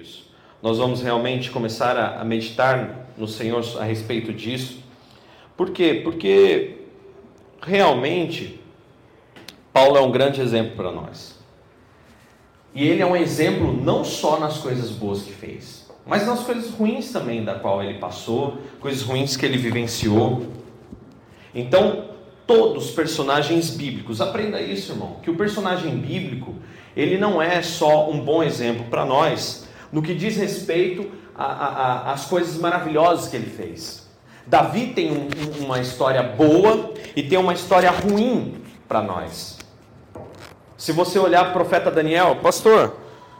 disso. Nós vamos realmente começar a meditar no Senhor a respeito disso. Por quê? Porque realmente Paulo é um grande exemplo para nós. E ele é um exemplo não só nas coisas boas que fez, mas nas coisas ruins também da qual ele passou, coisas ruins que ele vivenciou. Então, todos os personagens bíblicos, aprenda isso, irmão, que o personagem bíblico, ele não é só um bom exemplo para nós, no que diz respeito às coisas maravilhosas que ele fez. Davi tem uma história boa e tem uma história ruim para nós. Se você olhar para o profeta Daniel, pastor,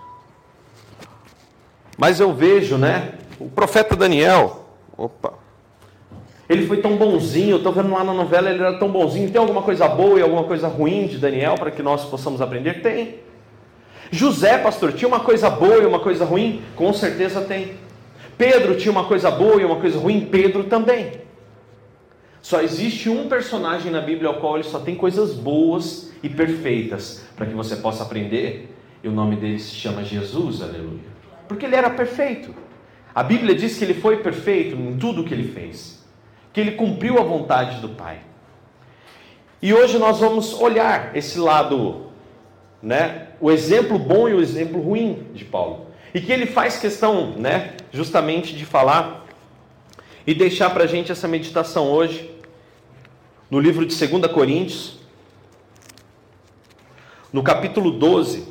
mas eu vejo, o profeta Daniel, ele foi tão bonzinho, eu estou vendo lá na novela, ele era tão bonzinho. Tem alguma coisa boa e alguma coisa ruim de Daniel para que nós possamos aprender? Tem. José, pastor, tinha uma coisa boa e uma coisa ruim? Com certeza tem. Pedro tinha uma coisa boa e uma coisa ruim? Pedro também. Só existe um personagem na Bíblia ao qual ele só tem coisas boas e perfeitas para que você possa aprender, e o nome dele se chama Jesus, aleluia. Porque ele era perfeito. A Bíblia diz que ele foi perfeito em tudo o que ele fez, que ele cumpriu a vontade do Pai. E hoje nós vamos olhar esse lado, o exemplo bom e o exemplo ruim de Paulo. E que ele faz questão, justamente de falar e deixar para a gente essa meditação hoje, no livro de 2 Coríntios, no capítulo 12.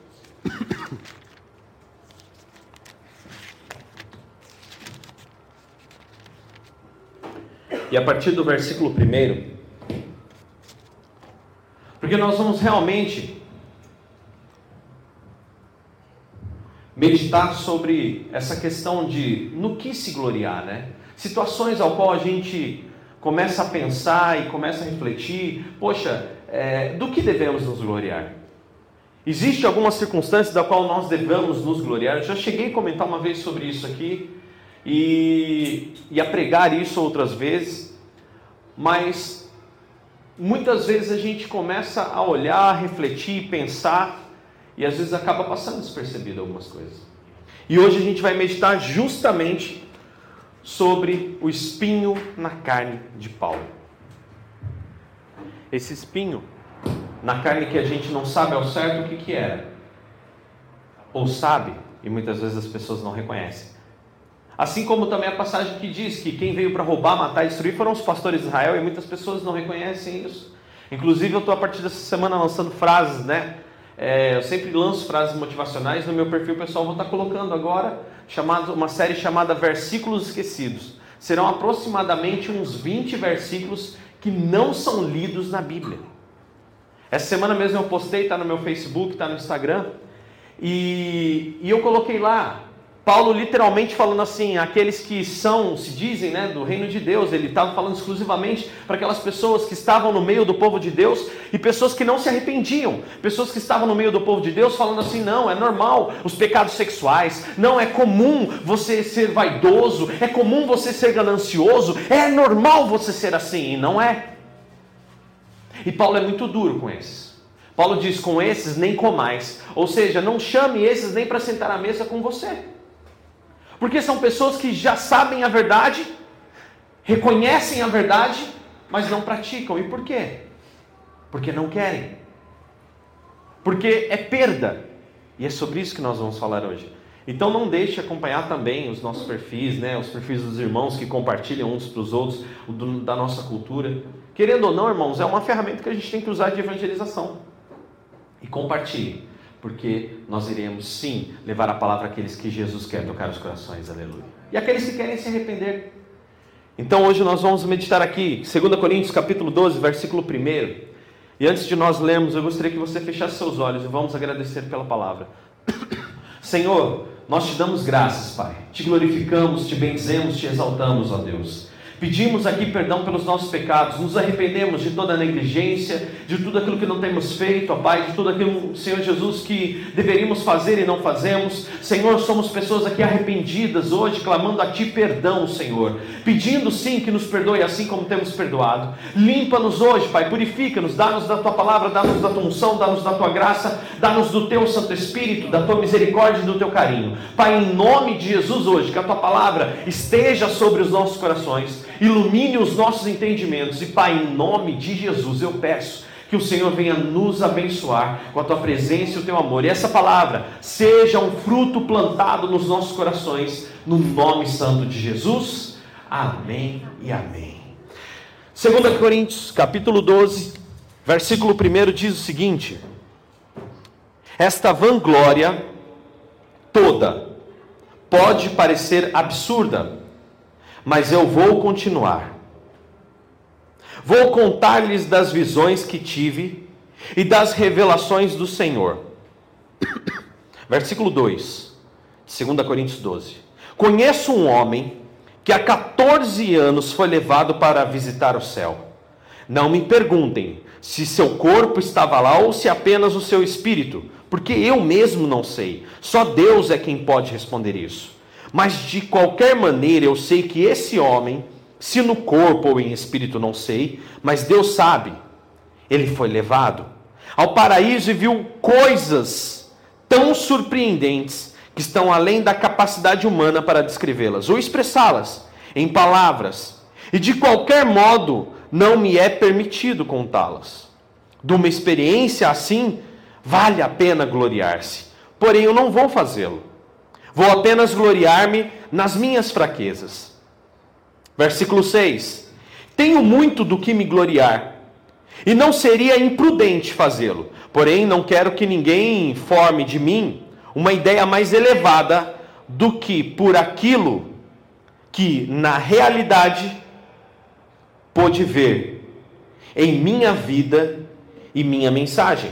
E a partir do versículo 1, porque nós vamos realmente meditar sobre essa questão de no que se gloriar, situações ao qual a gente começa a pensar e começa a refletir, do que devemos nos gloriar? Existe alguma circunstância da qual nós devemos nos gloriar? Eu já cheguei a comentar uma vez sobre isso aqui, e a pregar isso outras vezes, mas muitas vezes a gente começa a olhar, refletir, pensar, e às vezes acaba passando despercebido algumas coisas. E hoje a gente vai meditar justamente sobre o espinho na carne de Paulo. Esse espinho na carne que a gente não sabe ao certo o que era, ou sabe, e muitas vezes as pessoas não reconhecem. Assim como também a passagem que diz que quem veio para roubar, matar e destruir foram os pastores de Israel, e muitas pessoas não reconhecem isso. Inclusive eu estou a partir dessa semana lançando frases, eu sempre lanço frases motivacionais no meu perfil pessoal, vou estar colocando agora uma série chamada Versículos Esquecidos. Serão aproximadamente uns 20 versículos que não são lidos na Bíblia. Essa semana mesmo eu postei, está no meu Facebook, está no Instagram, e eu coloquei lá, Paulo literalmente falando assim, aqueles que se dizem, do reino de Deus. Ele estava falando exclusivamente para aquelas pessoas que estavam no meio do povo de Deus, e pessoas que não se arrependiam, pessoas que estavam no meio do povo de Deus, falando assim, não, é normal os pecados sexuais, não, é comum você ser vaidoso, é comum você ser ganancioso, é normal você ser assim, e não é. E Paulo é muito duro com esses. Paulo diz, com esses nem comais, ou seja, não chame esses nem para sentar à mesa com você. Porque são pessoas que já sabem a verdade, reconhecem a verdade, mas não praticam. E por quê? Porque não querem. Porque é perda. E é sobre isso que nós vamos falar hoje. Então não deixe de acompanhar também os nossos perfis, os perfis dos irmãos que compartilham uns para os outros, da nossa cultura. Querendo ou não, irmãos, é uma ferramenta que a gente tem que usar de evangelização. E compartilhe. Porque nós iremos sim levar a palavra àqueles que Jesus quer tocar os corações, aleluia. E aqueles que querem se arrepender. Então hoje nós vamos meditar aqui, 2 Coríntios capítulo 12, versículo 1. E antes de nós lermos, eu gostaria que você fechasse seus olhos e vamos agradecer pela palavra. Senhor, nós te damos graças, Pai. Te glorificamos, te bendizemos, te exaltamos, ó Deus. Pedimos aqui perdão pelos nossos pecados, nos arrependemos de toda a negligência, de tudo aquilo que não temos feito, ó Pai, de tudo aquilo, Senhor Jesus, que deveríamos fazer e não fazemos. Senhor, somos pessoas aqui arrependidas hoje, clamando a Ti perdão, Senhor, pedindo sim que nos perdoe assim como temos perdoado. Limpa-nos hoje, Pai, purifica-nos, dá-nos da Tua palavra, dá-nos da Tua unção, dá-nos da Tua graça, dá-nos do Teu Santo Espírito, da Tua misericórdia e do Teu carinho. Pai, em nome de Jesus hoje, que a Tua palavra esteja sobre os nossos corações, ilumine os nossos entendimentos. E Pai, em nome de Jesus eu peço que o Senhor venha nos abençoar com a Tua presença e o Teu amor, e essa palavra seja um fruto plantado nos nossos corações, no nome santo de Jesus. Amém e amém. 2 Coríntios capítulo 12, versículo 1 diz o seguinte: esta vanglória toda pode parecer absurda, mas eu vou continuar. Vou contar-lhes das visões que tive e das revelações do Senhor. Versículo 2, 2 Coríntios 12. Conheço um homem que há 14 anos foi levado para visitar o céu. Não me perguntem se seu corpo estava lá ou se apenas o seu espírito, porque eu mesmo não sei. Só Deus é quem pode responder isso. Mas de qualquer maneira eu sei que esse homem, se no corpo ou em espírito não sei, mas Deus sabe, ele foi levado ao paraíso e viu coisas tão surpreendentes que estão além da capacidade humana para descrevê-las ou expressá-las em palavras, e de qualquer modo não me é permitido contá-las. De uma experiência assim vale a pena gloriar-se, porém eu não vou fazê-lo. Vou apenas gloriar-me nas minhas fraquezas. Versículo 6. Tenho muito do que me gloriar, e não seria imprudente fazê-lo. Porém, não quero que ninguém forme de mim uma ideia mais elevada do que por aquilo que, na realidade, pôde ver em minha vida e minha mensagem.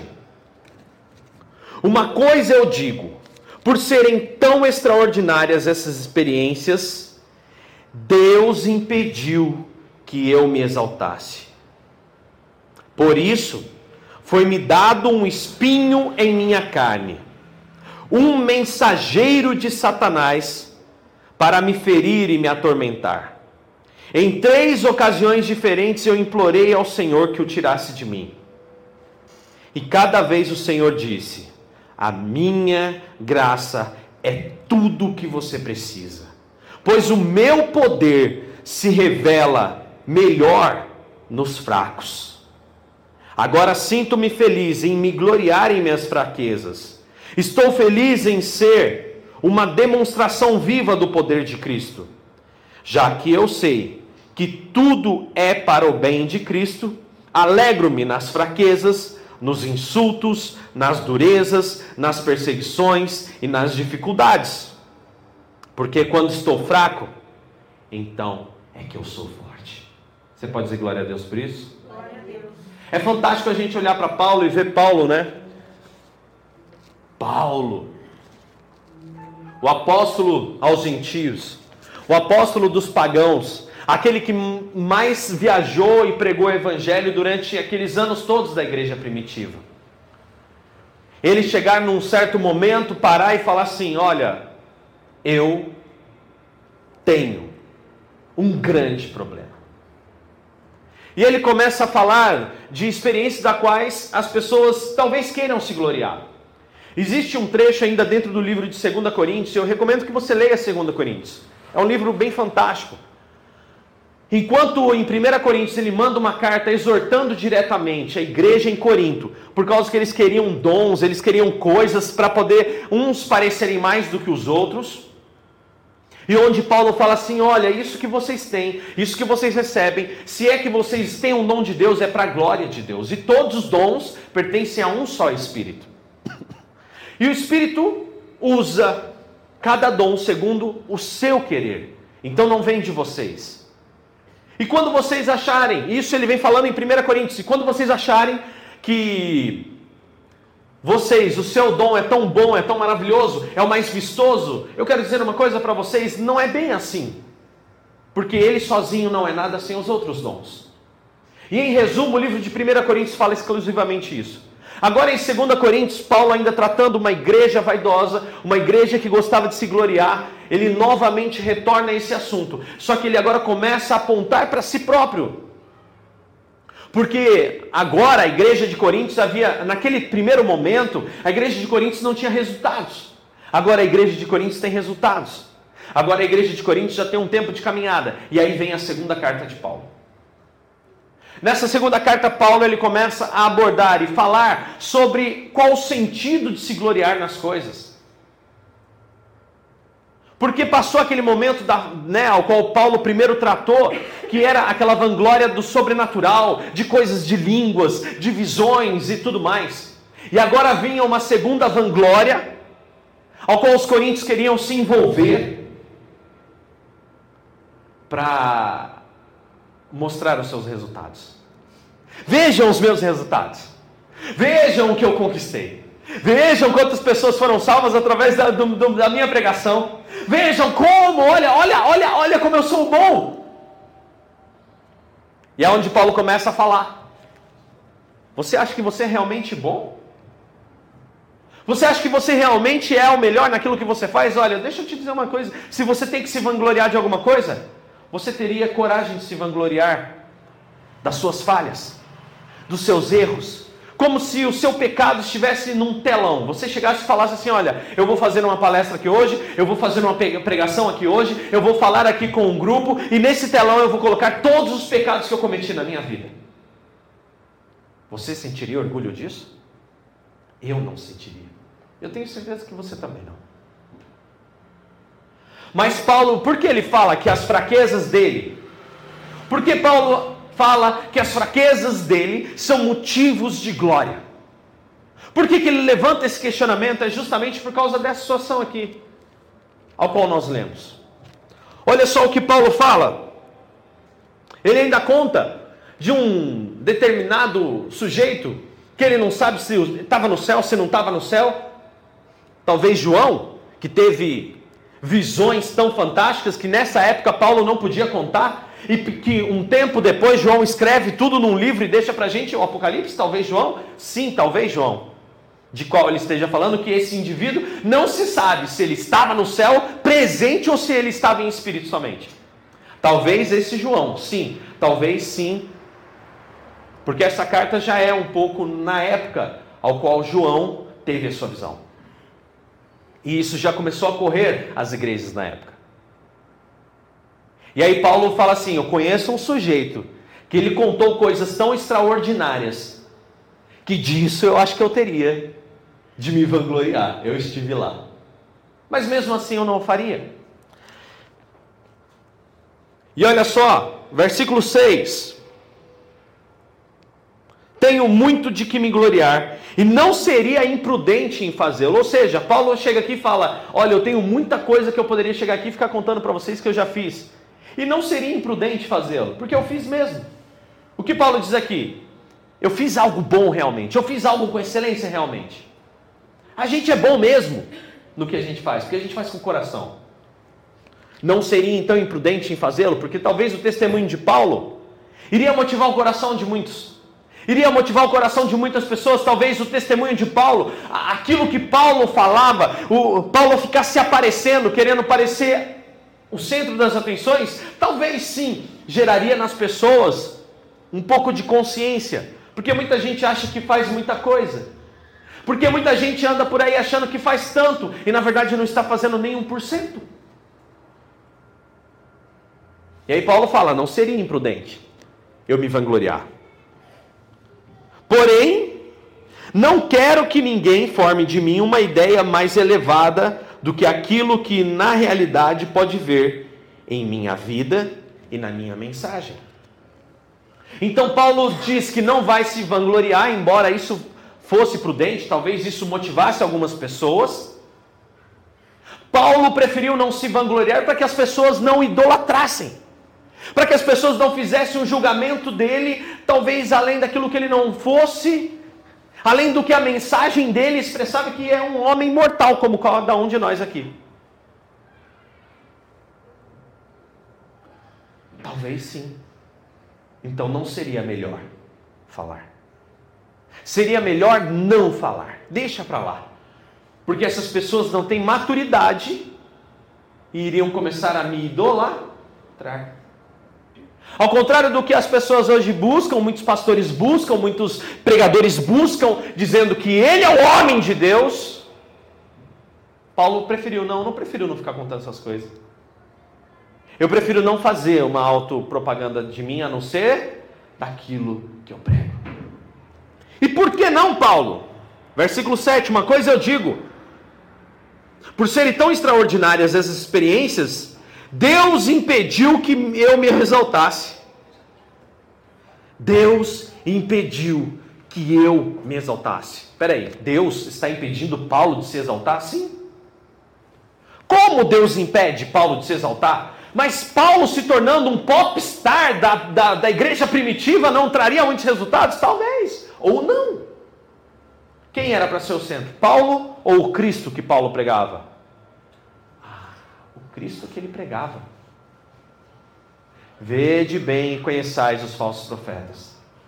Uma coisa eu digo: por serem tão extraordinárias essas experiências, Deus impediu que eu me exaltasse. Por isso, foi-me dado um espinho em minha carne, um mensageiro de Satanás, para me ferir e me atormentar. Em 3 ocasiões diferentes eu implorei ao Senhor que o tirasse de mim. E cada vez o Senhor disse: a minha graça é tudo o que você precisa, pois o meu poder se revela melhor nos fracos. Agora sinto-me feliz em me gloriar em minhas fraquezas. Estou feliz em ser uma demonstração viva do poder de Cristo. Já que eu sei que tudo é para o bem de Cristo, alegro-me nas fraquezas, nos insultos, nas durezas, nas perseguições e nas dificuldades. Porque quando estou fraco, então é que eu sou forte. Você pode dizer glória a Deus por isso? Glória a Deus. É fantástico a gente olhar para Paulo e ver Paulo, né? Paulo, o apóstolo aos gentios, o apóstolo dos pagãos, aquele que mais viajou e pregou o evangelho durante aqueles anos todos da igreja primitiva. Ele chegar num certo momento, parar e falar assim: olha, eu tenho um grande problema. E ele começa a falar de experiências das quais as pessoas talvez queiram se gloriar. Existe um trecho ainda dentro do livro de 2 Coríntios, eu recomendo que você leia 2 Coríntios. É um livro bem fantástico. Enquanto em 1 Coríntios ele manda uma carta exortando diretamente a igreja em Corinto, por causa que eles queriam dons, eles queriam coisas para poder uns parecerem mais do que os outros. E onde Paulo fala assim: olha, isso que vocês têm, isso que vocês recebem, se é que vocês têm um dom de Deus, é para a glória de Deus. E todos os dons pertencem a um só Espírito. E o Espírito usa cada dom segundo o seu querer. Então não vem de vocês. E quando vocês acharem, isso ele vem falando em 1 Coríntios, e quando vocês acharem que vocês, o seu dom é tão bom, é tão maravilhoso, é o mais vistoso, eu quero dizer uma coisa para vocês: não é bem assim. porque ele sozinho não é nada sem os outros dons. E em resumo, o livro de 1 Coríntios fala exclusivamente isso. Agora em 2 Coríntios, Paulo ainda tratando uma igreja vaidosa, uma igreja que gostava de se gloriar, ele novamente retorna a esse assunto. Só que ele agora começa a apontar para si próprio. Porque agora a igreja de Coríntios havia, naquele primeiro momento, a igreja de Coríntios não tinha resultados. Agora a igreja de Coríntios tem resultados. Agora a igreja de Coríntios já tem um tempo de caminhada. E aí vem a segunda carta de Paulo. Nessa segunda carta, Paulo ele começa a abordar e falar sobre qual o sentido de se gloriar nas coisas. Porque passou aquele momento ao qual Paulo primeiro tratou, que era aquela vanglória do sobrenatural, de coisas de línguas, de visões e tudo mais. E agora vinha uma segunda vanglória, ao qual os coríntios queriam se envolver para mostrar os seus resultados. Vejam os meus resultados. Vejam o que eu conquistei. Vejam quantas pessoas foram salvas através da minha pregação. Vejam como, olha como eu sou bom. E é onde Paulo começa a falar. Você acha que você é realmente bom? Você acha que você realmente é o melhor naquilo que você faz? Olha, deixa eu te dizer uma coisa. Se você tem que se vangloriar de alguma coisa, você teria coragem de se vangloriar das suas falhas, dos seus erros, como se o seu pecado estivesse num telão. Você chegasse e falasse assim: olha, eu vou fazer uma palestra aqui hoje, eu vou fazer uma pregação aqui hoje, eu vou falar aqui com um grupo, e nesse telão eu vou colocar todos os pecados que eu cometi na minha vida. Você sentiria orgulho disso? Eu não sentiria. Eu tenho certeza que você também não. Mas Paulo, por que ele fala que as fraquezas dele? Porque Paulo fala que as fraquezas dele são motivos de glória. Por que ele levanta esse questionamento? É justamente por causa dessa situação aqui, ao qual nós lemos. Olha só o que Paulo fala. Ele ainda conta de um determinado sujeito, que ele não sabe se estava no céu, se não estava no céu. Talvez João, que teve visões tão fantásticas que nessa época Paulo não podia contar, e que um tempo depois João escreve tudo num livro e deixa pra gente o Apocalipse. Talvez João, sim, talvez João, de qual ele esteja falando, que esse indivíduo não se sabe se ele estava no céu presente ou se ele estava em espírito somente. Talvez esse João, sim, talvez sim, porque essa carta já é um pouco na época ao qual João teve a sua visão. E isso já começou a ocorrer às igrejas na época. E aí Paulo fala assim: eu conheço um sujeito que ele contou coisas tão extraordinárias que disso eu acho que eu teria de me vangloriar. Eu estive lá. Mas mesmo assim eu não o faria. E olha só, versículo 6. Tenho muito de que me gloriar, e não seria imprudente em fazê-lo. Ou seja, Paulo chega aqui e fala: olha, eu tenho muita coisa que eu poderia chegar aqui e ficar contando para vocês que eu já fiz. E não seria imprudente fazê-lo, porque eu fiz mesmo. O que Paulo diz aqui? Eu fiz algo bom realmente, eu fiz algo com excelência realmente. A gente é bom mesmo no que a gente faz, porque a gente faz com o coração. Não seria então imprudente em fazê-lo, porque talvez o testemunho de Paulo iria motivar o coração de muitos. Iria motivar o coração de muitas pessoas. Talvez o testemunho de Paulo, aquilo que Paulo falava, o Paulo ficasse aparecendo, querendo parecer o centro das atenções, talvez sim, geraria nas pessoas um pouco de consciência. Porque muita gente acha que faz muita coisa. Porque muita gente anda por aí achando que faz tanto, e na verdade não está fazendo nem 1%. E aí Paulo fala: não seria imprudente eu me vangloriar. Porém, não quero que ninguém forme de mim uma ideia mais elevada do que aquilo que na realidade pode ver em minha vida e na minha mensagem. Então Paulo diz que não vai se vangloriar, embora isso fosse prudente, talvez isso motivasse algumas pessoas. Paulo preferiu não se vangloriar para que as pessoas não idolatrassem, para que as pessoas não fizessem um julgamento dele, talvez além daquilo que ele não fosse, além do que a mensagem dele expressava, que é um homem mortal, como cada um de nós aqui. Talvez sim. Então não seria melhor falar. Seria melhor não falar. Deixa para lá. Porque essas pessoas não têm maturidade e iriam começar a me idolatrar. Ao contrário do que as pessoas hoje buscam, muitos pastores buscam, muitos pregadores buscam, dizendo que ele é o homem de Deus, Paulo preferiu, não preferiu não ficar contando essas coisas. Eu prefiro não fazer uma autopropaganda de mim, a não ser daquilo que eu prego. E por que não, Paulo? Versículo 7, uma coisa eu digo, por serem tão extraordinárias essas experiências, Deus impediu que eu me exaltasse. Deus impediu que eu me exaltasse. Espera aí, Deus está impedindo Paulo de se exaltar? Sim. Como Deus impede Paulo de se exaltar? Mas Paulo se tornando um popstar da igreja primitiva não traria muitos resultados? Talvez, ou não. Quem era para ser o centro? Paulo ou o Cristo que Paulo pregava? Cristo que ele pregava. Vede bem e conheçais os falsos profetas.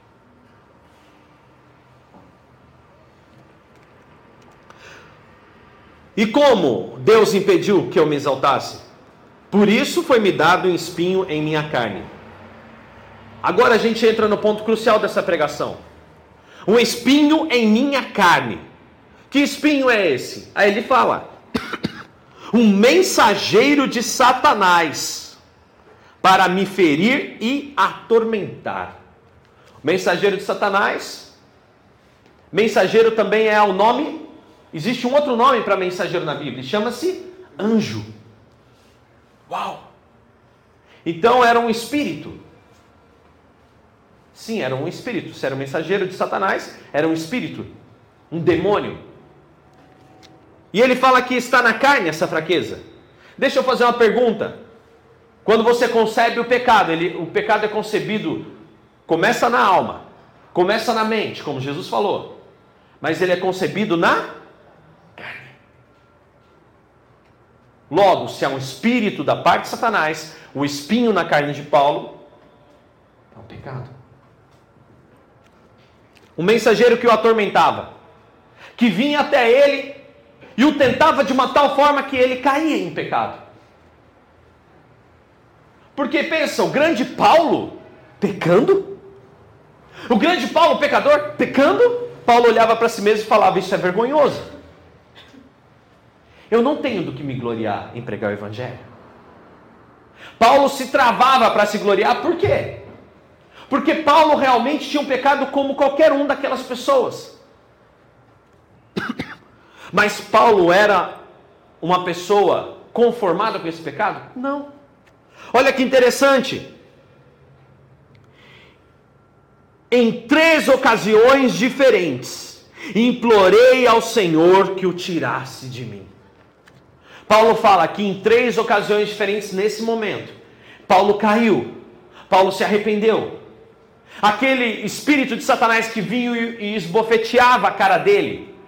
E como Deus impediu que eu me exaltasse? Por isso foi-me dado um espinho em minha carne. Agora a gente entra no ponto crucial dessa pregação. Um espinho em minha carne. Que espinho é esse? Aí ele fala: um mensageiro de Satanás, para me ferir e atormentar. Mensageiro de Satanás. Mensageiro também é o nome. Existe um outro nome para mensageiro na Bíblia, chama-se anjo. Uau! Então era um espírito. Sim, era um espírito. Se era um mensageiro de Satanás, era um espírito, um demônio. E ele fala que está na carne essa fraqueza. Deixa eu fazer uma pergunta. Quando você concebe o pecado, o pecado é concebido, começa na alma, começa na mente, como Jesus falou. Mas ele é concebido na carne. Logo, se há um espírito da parte de Satanás, o espinho na carne de Paulo, é um pecado. Um mensageiro que o atormentava, que vinha até ele e o tentava de uma tal forma que ele caía em pecado. Porque pensa, o grande Paulo pecando? O grande Paulo pecador pecando? Paulo olhava para si mesmo e falava: isso é vergonhoso. Eu não tenho do que me gloriar em pregar o evangelho. Paulo se travava para se gloriar, por quê? Porque Paulo realmente tinha um pecado como qualquer um daquelas pessoas. Mas Paulo era uma pessoa conformada com esse pecado? Não. Olha que interessante. Em 3 ocasiões diferentes, implorei ao Senhor que o tirasse de mim. Paulo fala que em 3 ocasiões diferentes nesse momento, Paulo caiu, Paulo se arrependeu. Aquele espírito de Satanás que vinha e esbofeteava a cara dele.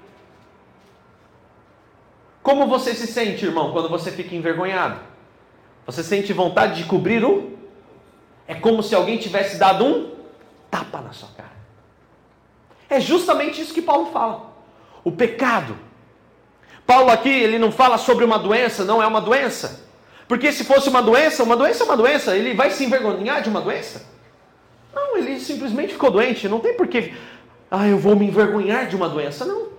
Como você se sente, irmão, quando você fica envergonhado? Você sente vontade de cobrir o? É como se alguém tivesse dado um tapa na sua cara. É justamente isso que Paulo fala. O pecado. Paulo aqui, ele não fala sobre uma doença, não é uma doença. Porque se fosse uma doença é uma doença. Ele vai se envergonhar de uma doença? Não, ele simplesmente ficou doente. Não tem porquê, eu vou me envergonhar de uma doença. Não.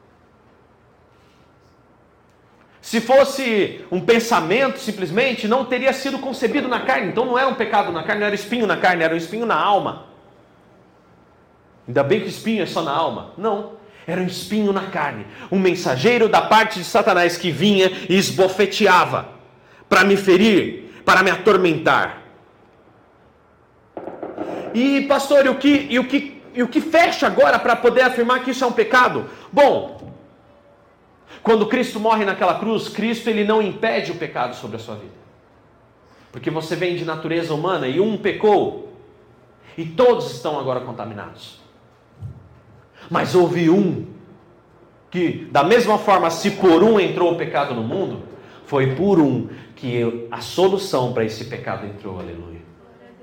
Se fosse um pensamento, simplesmente, não teria sido concebido na carne. Então não era um pecado na carne, não era espinho na carne, era um espinho na alma. Ainda bem que o espinho é só na alma. Não, era um espinho na carne. Um mensageiro da parte de Satanás que vinha e esbofeteava para me ferir, para me atormentar. E pastor, o que fecha agora para poder afirmar que isso é um pecado? Bom, quando Cristo morre naquela cruz, Cristo ele não impede o pecado sobre a sua vida. Porque você vem de natureza humana e um pecou e todos estão agora contaminados. Mas houve um que, da mesma forma, se por um entrou o pecado no mundo, foi por um que a solução para esse pecado entrou, aleluia.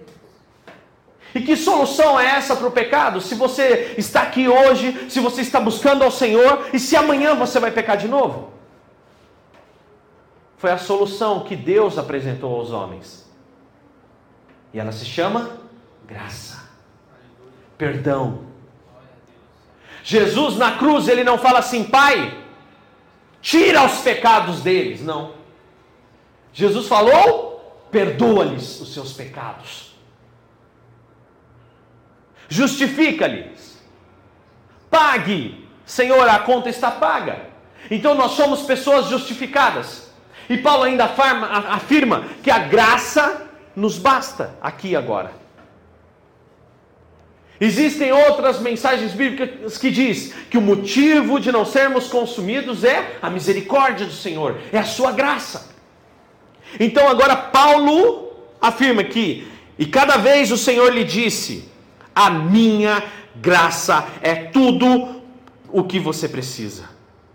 E que solução é essa para o pecado? Se você está aqui hoje, se você está buscando ao Senhor, e se amanhã você vai pecar de novo? Foi a solução que Deus apresentou aos homens. E ela se chama graça, perdão. Jesus na cruz, ele não fala assim: Pai, tira os pecados deles. Não. Jesus falou: perdoa-lhes os seus pecados. Justifica-lhes. Pague. Senhor, a conta está paga. Então nós somos pessoas justificadas. E Paulo ainda afirma que a graça nos basta aqui e agora. Existem outras mensagens bíblicas que diz que o motivo de não sermos consumidos é a misericórdia do Senhor, é a sua graça. Então agora Paulo afirma que, e cada vez o Senhor lhe disse: a minha graça é tudo o que você precisa,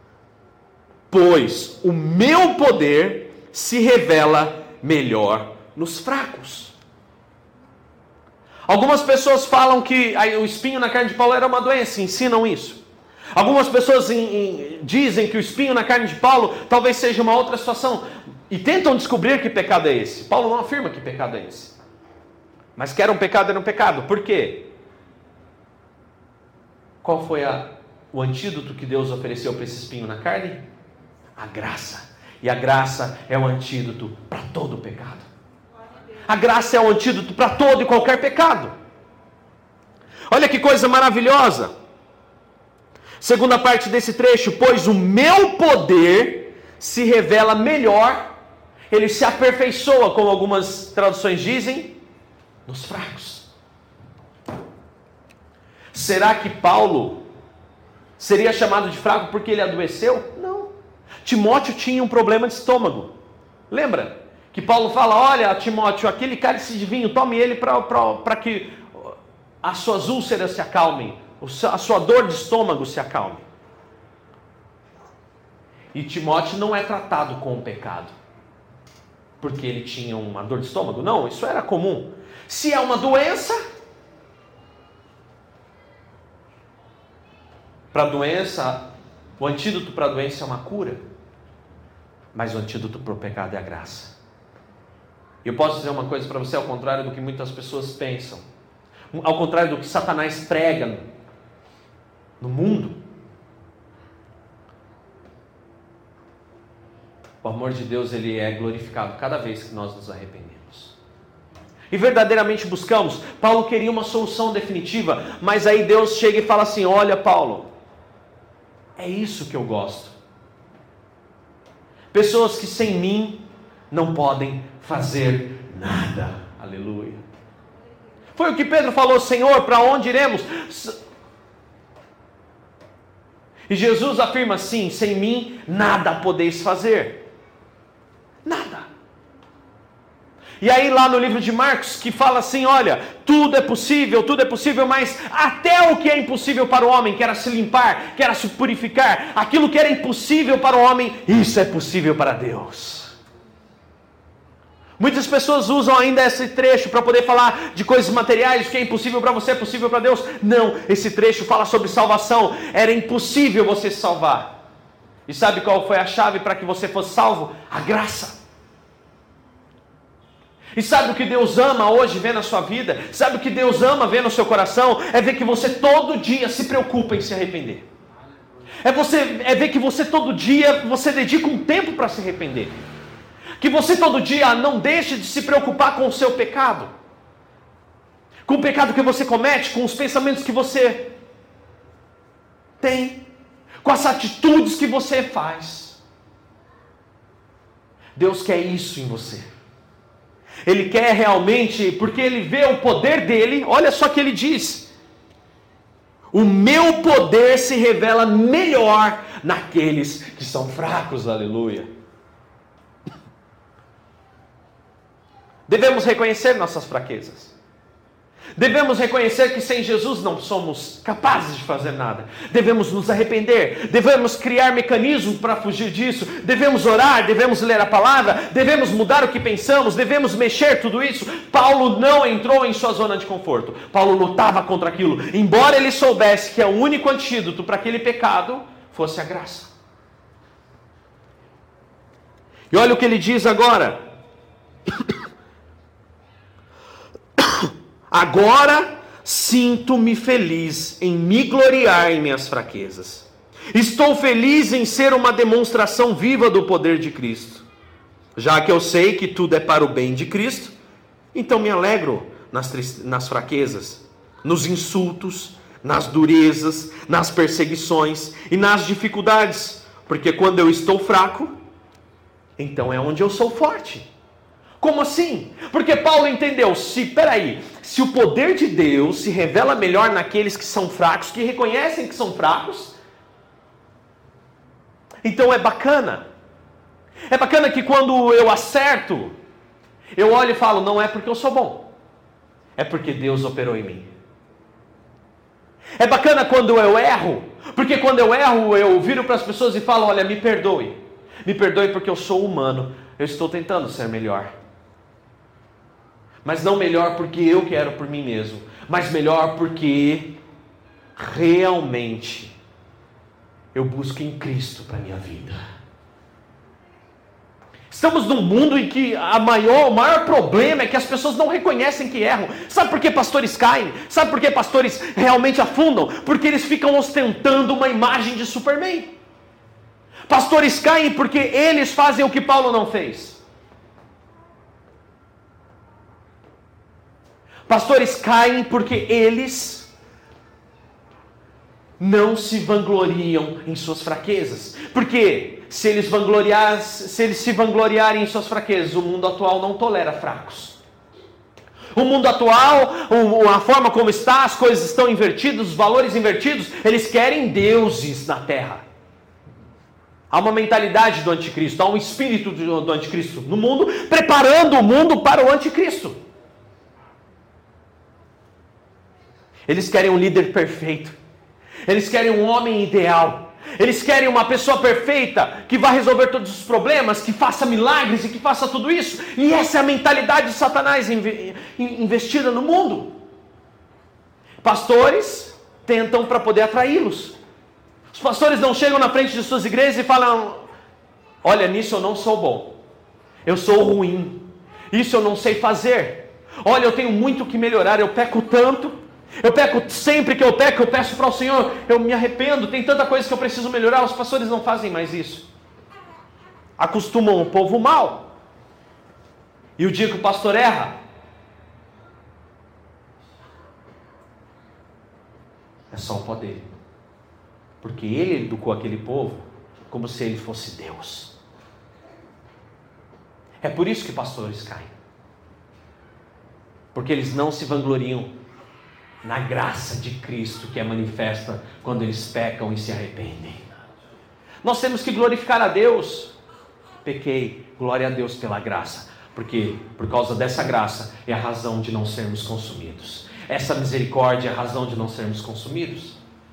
pois o meu poder se revela melhor nos fracos. Algumas pessoas falam que o espinho na carne de Paulo era uma doença, ensinam isso. Algumas pessoas dizem que o espinho na carne de Paulo talvez seja uma outra situação, e tentam descobrir que pecado é esse. Paulo não afirma que pecado é esse, mas que era um pecado. Por quê? Qual foi o antídoto que Deus ofereceu para esse espinho na carne? A graça. E a graça é o antídoto para todo o pecado. A graça é o antídoto para todo e qualquer pecado. Olha que coisa maravilhosa. Segunda parte desse trecho: pois o meu poder se revela melhor, ele se aperfeiçoa, como algumas traduções dizem, nos fracos. Será que Paulo seria chamado de fraco porque ele adoeceu? Não. Timóteo tinha um problema de estômago. Lembra? Que Paulo fala: olha, Timóteo, aquele cálice de vinho, tome ele para que as suas úlceras se acalmem, a sua dor de estômago se acalme. E Timóteo não é tratado com o pecado porque ele tinha uma dor de estômago. Não, isso era comum. Se é uma doença, para a doença, o antídoto para a doença é uma cura, mas o antídoto para o pecado é a graça. E eu posso dizer uma coisa para você, ao contrário do que muitas pessoas pensam, ao contrário do que Satanás prega no mundo, o amor de Deus, ele é glorificado cada vez que nós nos arrependemos e verdadeiramente buscamos. Paulo queria uma solução definitiva, mas aí Deus chega e fala assim: olha, Paulo, é isso que eu gosto. Pessoas que sem mim não podem fazer nada. Aleluia. Foi o que Pedro falou: Senhor, para onde iremos? E Jesus afirma assim: sem mim nada podeis fazer. Nada. E aí lá no livro de Marcos, que fala assim: olha, tudo é possível, mas até o que é impossível para o homem, que era se limpar, que era se purificar, aquilo que era impossível para o homem, isso é possível para Deus. Muitas pessoas usam ainda esse trecho para poder falar de coisas materiais, o que é impossível para você é possível para Deus. Não, esse trecho fala sobre salvação. Era impossível você se salvar. E sabe qual foi a chave para que você fosse salvo? A graça. E sabe o que Deus ama hoje ver na sua vida? Sabe o que Deus ama ver no seu coração? É ver que você todo dia se preocupa em se arrepender. É ver que você todo dia, você dedica um tempo para se arrepender. Que você todo dia não deixe de se preocupar com o seu pecado. Com o pecado que você comete, com os pensamentos que você tem, com as atitudes que você faz. Deus quer isso em você. Ele quer realmente, porque Ele vê o poder dEle. Olha só o que Ele diz: o meu poder se revela melhor naqueles que são fracos. Aleluia. Devemos reconhecer nossas fraquezas. Devemos reconhecer que sem Jesus não somos capazes de fazer nada. Devemos nos arrepender. Devemos criar mecanismos para fugir disso. Devemos orar, devemos ler a palavra. Devemos mudar o que pensamos. Devemos mexer tudo isso. Paulo não entrou em sua zona de conforto. Paulo lutava contra aquilo. Embora ele soubesse que o único antídoto para aquele pecado fosse a graça. E olha o que ele diz agora. Agora sinto-me feliz em me gloriar em minhas fraquezas. Estou feliz em ser uma demonstração viva do poder de Cristo. Já que eu sei que tudo é para o bem de Cristo, então me alegro nas fraquezas, nos insultos, nas durezas, nas perseguições e nas dificuldades. Porque quando eu estou fraco, então é onde eu sou forte. Como assim? Porque Paulo entendeu, se o poder de Deus se revela melhor naqueles que são fracos, que reconhecem que são fracos, então é bacana. É bacana que quando eu acerto, eu olho e falo, não é porque eu sou bom, é porque Deus operou em mim. É bacana quando eu erro, porque quando eu erro, eu viro para as pessoas e falo, olha, me perdoe porque eu sou humano, eu estou tentando ser melhor. Mas não melhor porque eu quero por mim mesmo, mas melhor porque realmente eu busco em Cristo para a minha vida. Estamos num mundo em que o maior problema é que as pessoas não reconhecem que erram. Sabe por que pastores caem? Sabe por que pastores realmente afundam? Porque eles ficam ostentando uma imagem de Superman. Pastores caem porque eles fazem o que Paulo não fez. Pastores caem porque eles não se vangloriam em suas fraquezas. Porque se eles se vangloriarem em suas fraquezas, o mundo atual não tolera fracos. O mundo atual, a forma como está, as coisas estão invertidas, os valores invertidos, eles querem deuses na terra. Há uma mentalidade do anticristo, há um espírito do anticristo no mundo, preparando o mundo para o anticristo. Eles querem um líder perfeito. Eles querem um homem ideal. Eles querem uma pessoa perfeita que vai resolver todos os problemas, que faça milagres e que faça tudo isso. E essa é a mentalidade de Satanás investida no mundo. Pastores tentam para poder atraí-los. Os pastores não chegam na frente de suas igrejas e falam, olha, nisso eu não sou bom. Eu sou ruim. Isso eu não sei fazer. Olha, eu tenho muito que melhorar, eu peco tanto. Eu peco, sempre que eu peco, eu peço para o Senhor, eu me arrependo, tem tanta coisa que eu preciso melhorar. Os pastores não fazem mais isso. Acostumam o povo mal. E o dia que o pastor erra, é só o poder. Porque ele educou aquele povo como se ele fosse Deus. É por isso que pastores caem. Porque eles não se vangloriam na graça de Cristo que é manifesta quando eles pecam e se arrependem. Nós temos que glorificar a Deus. Pequei, glória a Deus pela graça, porque por causa dessa graça é a razão de não sermos consumidos. Essa misericórdia é a razão de não sermos consumidos.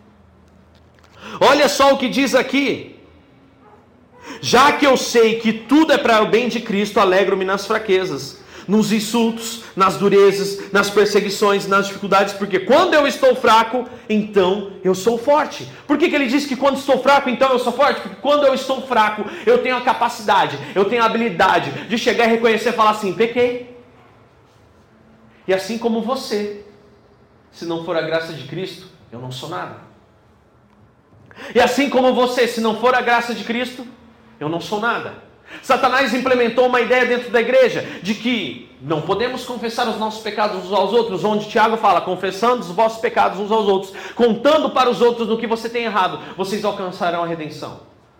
Olha só o que diz aqui. Já que eu sei que tudo é para o bem de Cristo, alegro-me nas fraquezas, nos insultos, nas durezas, nas perseguições, nas dificuldades, porque quando eu estou fraco, então eu sou forte. Por que ele diz que quando estou fraco, então eu sou forte? Porque quando eu estou fraco, eu tenho a capacidade, eu tenho a habilidade de chegar e reconhecer e falar assim, pequei. E assim como você, se não for a graça de Cristo, eu não sou nada. E assim como você, se não for a graça de Cristo, eu não sou nada. Satanás implementou uma ideia dentro da igreja de que não podemos confessar os nossos pecados uns aos outros, onde Tiago fala, confessando os vossos pecados uns aos outros, contando para os outros no que você tem errado, vocês alcançarão a redenção.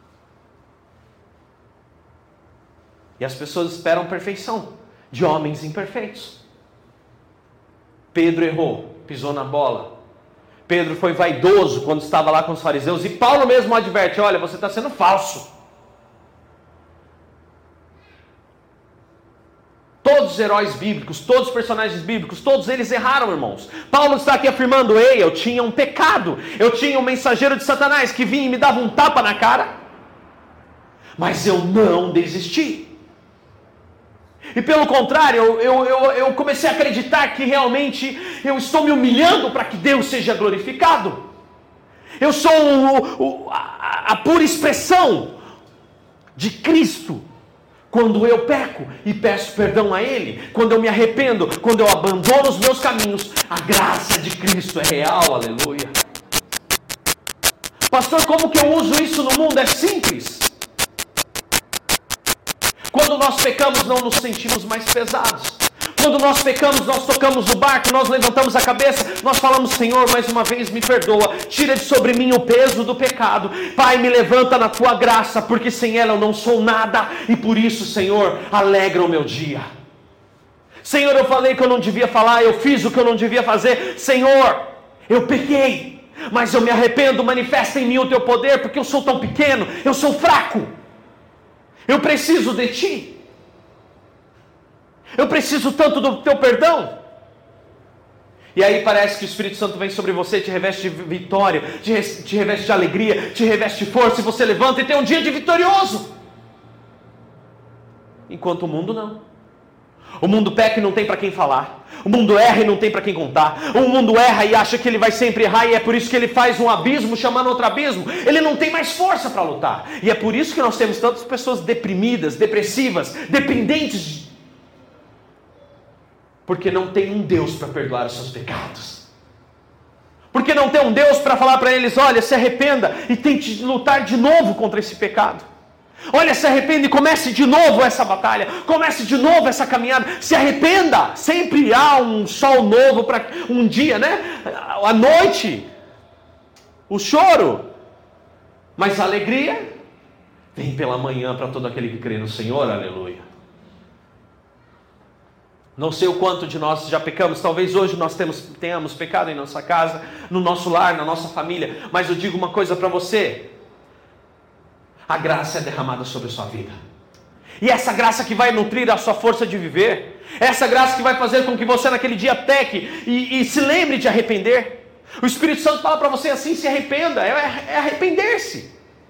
E as pessoas esperam perfeição de homens imperfeitos. Pedro errou, pisou na bola. Pedro foi vaidoso quando estava lá com os fariseus, e Paulo mesmo adverte, olha, você está sendo falso. Todos os heróis bíblicos, todos os personagens bíblicos, todos eles erraram, irmãos. Paulo está aqui afirmando: ei, eu tinha um pecado, eu tinha um mensageiro de Satanás que vinha e me dava um tapa na cara, mas eu não desisti. E pelo contrário, eu comecei a acreditar que realmente eu estou me humilhando para que Deus seja glorificado. Eu sou a pura expressão de Cristo. Quando eu peco e peço perdão a Ele, quando eu me arrependo, quando eu abandono os meus caminhos, a graça de Cristo é real, aleluia. Pastor, como que eu uso isso no mundo? É simples. Quando nós pecamos, não nos sentimos mais pesados. Quando nós pecamos, nós tocamos o barco, nós levantamos a cabeça, nós falamos: Senhor, mais uma vez me perdoa, tira de sobre mim o peso do pecado. Pai, me levanta na Tua graça, porque sem ela eu não sou nada, e por isso, Senhor, alegra o meu dia. Senhor, eu falei que eu não devia falar, eu fiz o que eu não devia fazer. Senhor, eu pequei, mas eu me arrependo, manifesta em mim o Teu poder, porque eu sou tão pequeno, eu sou fraco, eu preciso de Ti. Eu preciso tanto do Teu perdão. E aí parece que o Espírito Santo vem sobre você, te reveste de vitória, te reveste de alegria, te reveste de força, e você levanta e tem um dia de vitorioso. Enquanto o mundo não. O mundo peca e não tem para quem falar. O mundo erra e não tem para quem contar. O mundo erra e acha que ele vai sempre errar, e é por isso que ele faz um abismo chamando outro abismo. Ele não tem mais força para lutar. E é por isso que nós temos tantas pessoas deprimidas, depressivas, dependentes, porque não tem um Deus para perdoar os seus pecados. Porque não tem um Deus para falar para eles: olha, se arrependa e tente lutar de novo contra esse pecado. Olha, se arrependa e comece de novo essa batalha. Comece de novo essa caminhada. Se arrependa. Sempre há um sol novo para um dia, né? A noite, o choro, mas a alegria vem pela manhã para todo aquele que crê no Senhor. Aleluia. Não sei o quanto de nós já pecamos, talvez hoje nós tenhamos pecado em nossa casa, no nosso lar, na nossa família, mas eu digo uma coisa para você: a graça é derramada sobre a sua vida, e essa graça que vai nutrir a sua força de viver, essa graça que vai fazer com que você naquele dia peque e se lembre de arrepender. O Espírito Santo fala para você assim: se arrependa, é arrepender-se.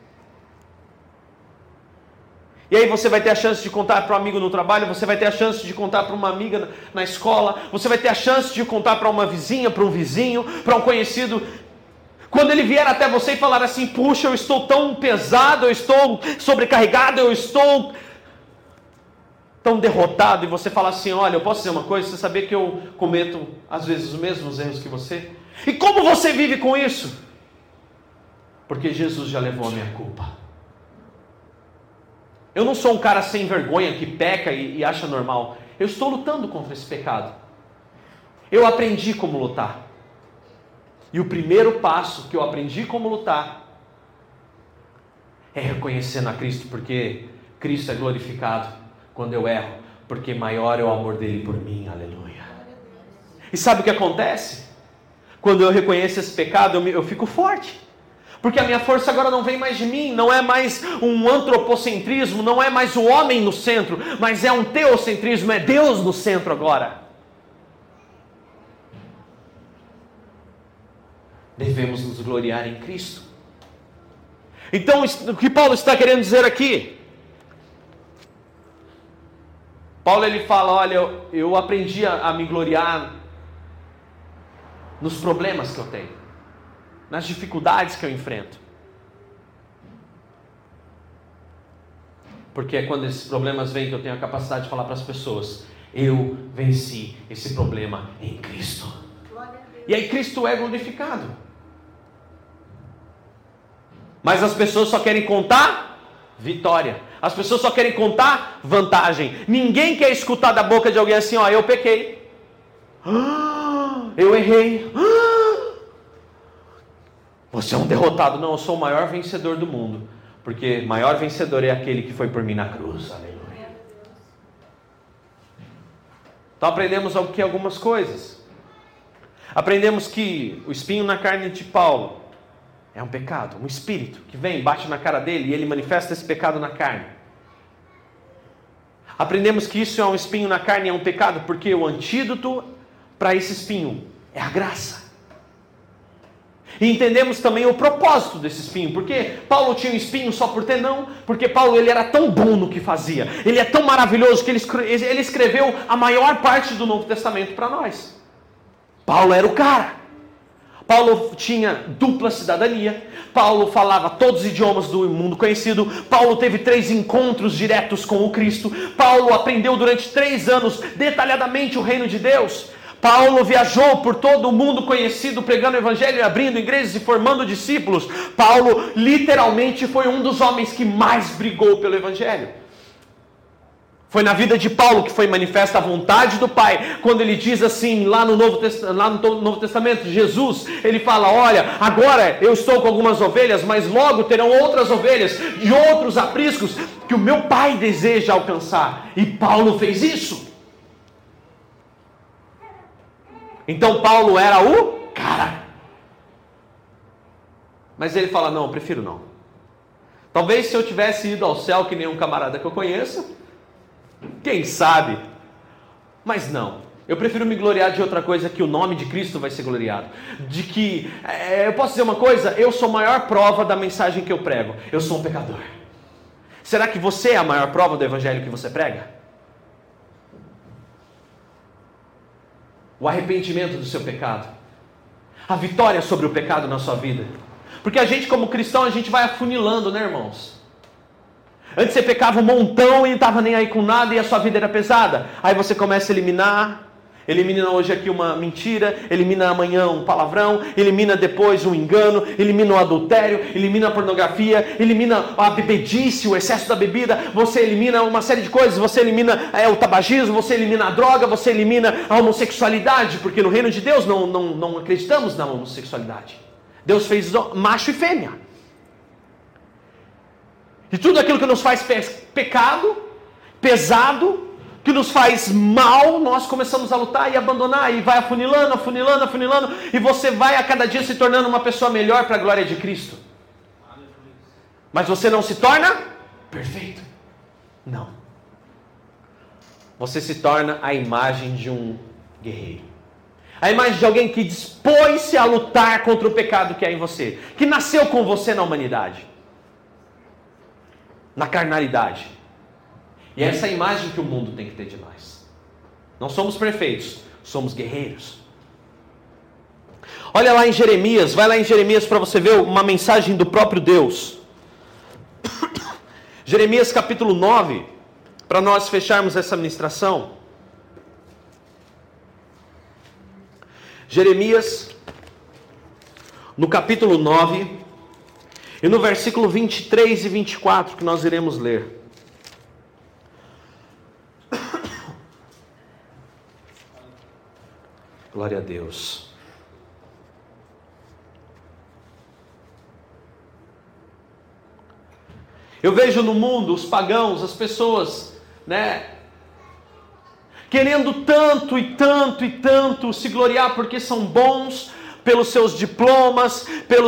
E aí você vai ter a chance de contar para um amigo no trabalho, você vai ter a chance de contar para uma amiga na escola, você vai ter a chance de contar para uma vizinha, para um vizinho, para um conhecido. Quando ele vier até você e falar assim: puxa, eu estou tão pesado, eu estou sobrecarregado, eu estou tão derrotado, e você fala assim: olha, eu posso dizer uma coisa, você sabia que eu cometo às vezes os mesmos erros que você? E como você vive com isso? Porque Jesus já levou a minha culpa. Eu não sou um cara sem vergonha que peca e acha normal. Eu estou lutando contra esse pecado. Eu aprendi como lutar. E o primeiro passo que eu aprendi como lutar é reconhecendo a Cristo, porque Cristo é glorificado quando eu erro, porque maior é o amor dele por mim. Aleluia. E sabe o que acontece? Quando eu reconheço esse pecado, eu fico forte. Porque a minha força agora não vem mais de mim, não é mais um antropocentrismo, não é mais o homem no centro, mas é um teocentrismo, é Deus no centro agora. Devemos nos gloriar em Cristo. Então, o que Paulo está querendo dizer aqui? Paulo ele fala: olha, eu aprendi a me gloriar nos problemas que eu tenho, nas dificuldades que eu enfrento. Porque é quando esses problemas vêm que eu tenho a capacidade de falar para as pessoas: eu venci esse problema em Cristo. E aí Cristo é glorificado. Mas as pessoas só querem contar vitória. As pessoas só querem contar vantagem. Ninguém quer escutar da boca de alguém assim: ó, eu pequei, eu errei, você é um derrotado. Não, eu sou o maior vencedor do mundo, porque maior vencedor é aquele que foi por mim na cruz. Aleluia. Então aprendemos aqui algumas coisas. Aprendemos que o espinho na carne de Paulo é um pecado, um espírito que vem, bate na cara dele e ele manifesta esse pecado na carne. Aprendemos que isso é um espinho na carne, é um pecado, porque o antídoto para esse espinho é a graça. E entendemos também o propósito desse espinho. Porque Paulo tinha um espinho só por ter? Não. Porque Paulo, ele era tão bom no que fazia. Ele é tão maravilhoso que ele escreveu a maior parte do Novo Testamento para nós. Paulo era o cara. Paulo tinha dupla cidadania. Paulo falava todos os idiomas do mundo conhecido. Paulo teve 3 encontros diretos com o Cristo. Paulo aprendeu durante 3 anos detalhadamente o reino de Deus. Paulo viajou por todo o mundo conhecido, pregando o evangelho, abrindo igrejas e formando discípulos. Paulo literalmente foi um dos homens que mais brigou pelo evangelho. Foi na vida de Paulo que foi manifesta a vontade do Pai, quando ele diz assim, lá no Novo Testamento, Jesus, ele fala, olha, agora eu estou com algumas ovelhas, mas logo terão outras ovelhas e outros apriscos que o meu Pai deseja alcançar. E Paulo fez isso. Então Paulo era o cara. Mas ele fala, não, eu prefiro não. Talvez se eu tivesse ido ao céu que nem um camarada que eu conheço, quem sabe? Mas não, eu prefiro me gloriar de outra coisa, que o nome de Cristo vai ser gloriado. De que, eu posso dizer uma coisa, eu sou a maior prova da mensagem que eu prego. Eu sou um pecador. Será que você é a maior prova do evangelho que você prega? O arrependimento do seu pecado, a vitória sobre o pecado na sua vida. Porque a gente, como cristão, a gente vai afunilando, né, irmãos? Antes você pecava um montão e não estava nem aí com nada e a sua vida era pesada. Aí você começa a eliminar. Elimina hoje aqui uma mentira, elimina amanhã um palavrão, elimina depois um engano, elimina o adultério, elimina a pornografia, elimina a bebedice, o excesso da bebida, você elimina uma série de coisas, você elimina o tabagismo, você elimina a droga, você elimina a homossexualidade, porque no reino de Deus não acreditamos na homossexualidade. Deus fez macho e fêmea. E tudo aquilo que nos faz pecado, pesado, que nos faz mal, nós começamos a lutar e abandonar, e vai afunilando, e você vai a cada dia se tornando uma pessoa melhor para a glória de Cristo. Mas você não se torna perfeito. Não. Você se torna a imagem de um guerreiro. A imagem de alguém que dispôs-se a lutar contra o pecado que há em você, que nasceu com você na humanidade, na carnalidade. E é essa imagem que o mundo tem que ter de nós. Não somos perfeitos, somos guerreiros. Olha lá em Jeremias, vai lá em Jeremias para você ver uma mensagem do próprio Deus. Jeremias capítulo 9, para nós fecharmos essa ministração. Jeremias, no capítulo 9, e no versículo 23 e 24 que nós iremos ler. Glória a Deus. Eu vejo no mundo os pagãos, as pessoas, querendo tanto e tanto e tanto se gloriar porque são bons, pelos seus diplomas, pelas